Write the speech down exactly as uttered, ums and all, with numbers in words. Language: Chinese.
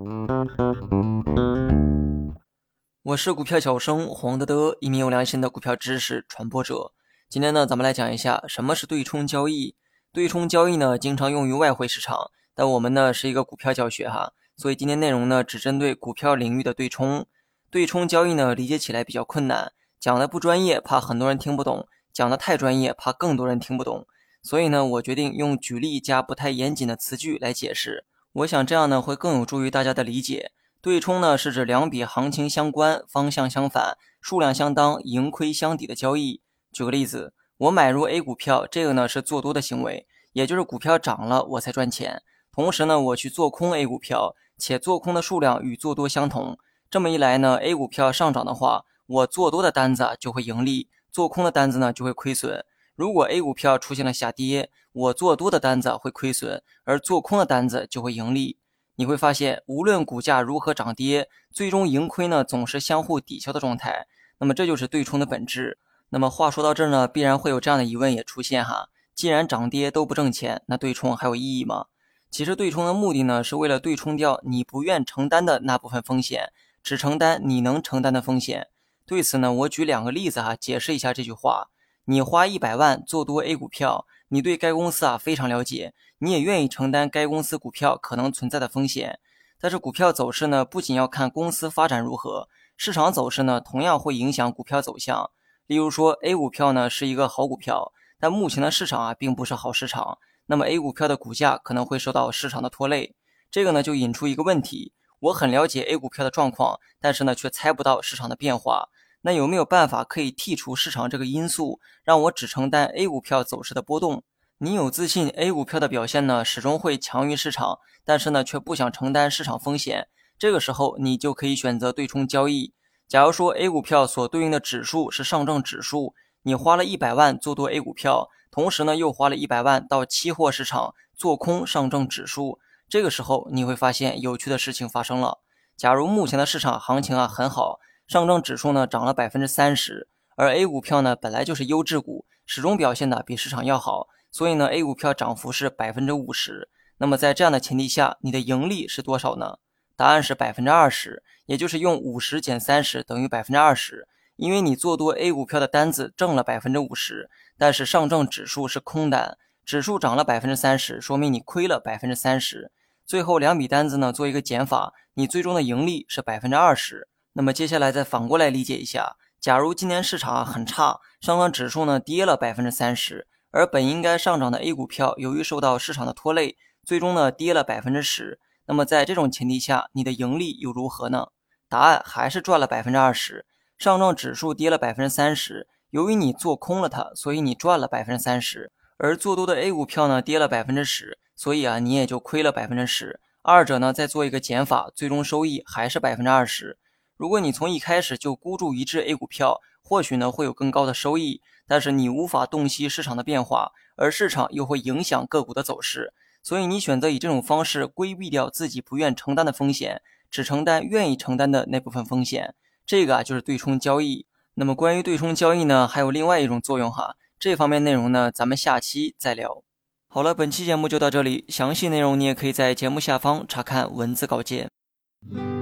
我是股票小生黄德德，一名有良心的股票知识传播者。今天呢，咱们来讲一下什么是对冲交易。对冲交易呢，经常用于外汇市场，但我们呢是一个股票教学哈，所以今天内容呢只针对股票领域的对冲。对冲交易呢，理解起来比较困难，讲的不专业，怕很多人听不懂；讲的太专业，怕更多人听不懂。所以呢，我决定用举例加不太严谨的词句来解释。我想这样呢，会更有助于大家的理解。对冲呢是指两笔行情相关、方向相反、数量相当、盈亏相抵的交易。举个例子，我买入 A 股票，这个呢是做多的行为，也就是股票涨了我才赚钱。同时呢，我去做空 A 股票，且做空的数量与做多相同。这么一来呢 ，A 股票上涨的话，我做多的单子就会盈利，做空的单子呢就会亏损。如果 A 股票出现了下跌，我做多的单子会亏损，而做空的单子就会盈利。你会发现，无论股价如何涨跌，最终盈亏呢总是相互抵消的状态。那么这就是对冲的本质。那么话说到这儿呢，必然会有这样的疑问也出现哈：既然涨跌都不挣钱，那对冲还有意义吗？其实对冲的目的呢，是为了对冲掉你不愿承担的那部分风险，只承担你能承担的风险。对此呢，我举两个例子哈，解释一下这句话。你花一百万做多 A 股票，你对该公司啊非常了解，你也愿意承担该公司股票可能存在的风险。但是股票走势呢，不仅要看公司发展如何，市场走势呢，同样会影响股票走向。例如说 A 股票呢是一个好股票，但目前的市场啊并不是好市场，那么 A 股票的股价可能会受到市场的拖累。这个呢就引出一个问题，我很了解 A 股票的状况，但是呢却猜不到市场的变化。那有没有办法可以剔除市场这个因素，让我只承担 A 股票走势的波动？你有自信 A 股票的表现呢始终会强于市场，但是呢却不想承担市场风险，这个时候你就可以选择对冲交易。假如说 A 股票所对应的指数是上证指数，你花了一百万做多 A 股票，同时呢又花了一百万到期货市场做空上证指数，这个时候你会发现有趣的事情发生了。假如目前的市场行情啊很好，上证指数呢涨了 百分之三十， 而 A 股票呢本来就是优质股，始终表现的比市场要好，所以呢 A 股票涨幅是 百分之五十。 那么在这样的前提下，你的盈利是多少呢？答案是 百分之二十， 也就是用五十减三十等于 百分之二十。 因为你做多 A 股票的单子挣了 百分之五十， 但是上证指数是空单，指数涨了 百分之三十， 说明你亏了 百分之三十。 最后两笔单子呢做一个减法，你最终的盈利是 百分之二十。那么接下来再反过来理解一下，假如今年市场很差，上证指数呢跌了 百分之三十， 而本应该上涨的 A 股票由于受到市场的拖累，最终呢跌了 百分之十。 那么在这种前提下，你的盈利又如何呢？答案还是赚了 百分之二十。 上证指数跌了 百分之三十， 由于你做空了它，所以你赚了 百分之三十， 而做多的 A 股票呢跌了 百分之十， 所以啊你也就亏了 百分之十。 二者呢再做一个减法，最终收益还是 百分之二十。如果你从一开始就孤注一掷 A 股票，或许呢会有更高的收益，但是你无法洞悉市场的变化，而市场又会影响个股的走势，所以你选择以这种方式规避掉自己不愿承担的风险，只承担愿意承担的那部分风险，这个啊就是对冲交易。那么关于对冲交易呢，还有另外一种作用哈，这方面内容呢咱们下期再聊。好了，本期节目就到这里，详细内容你也可以在节目下方查看文字稿件。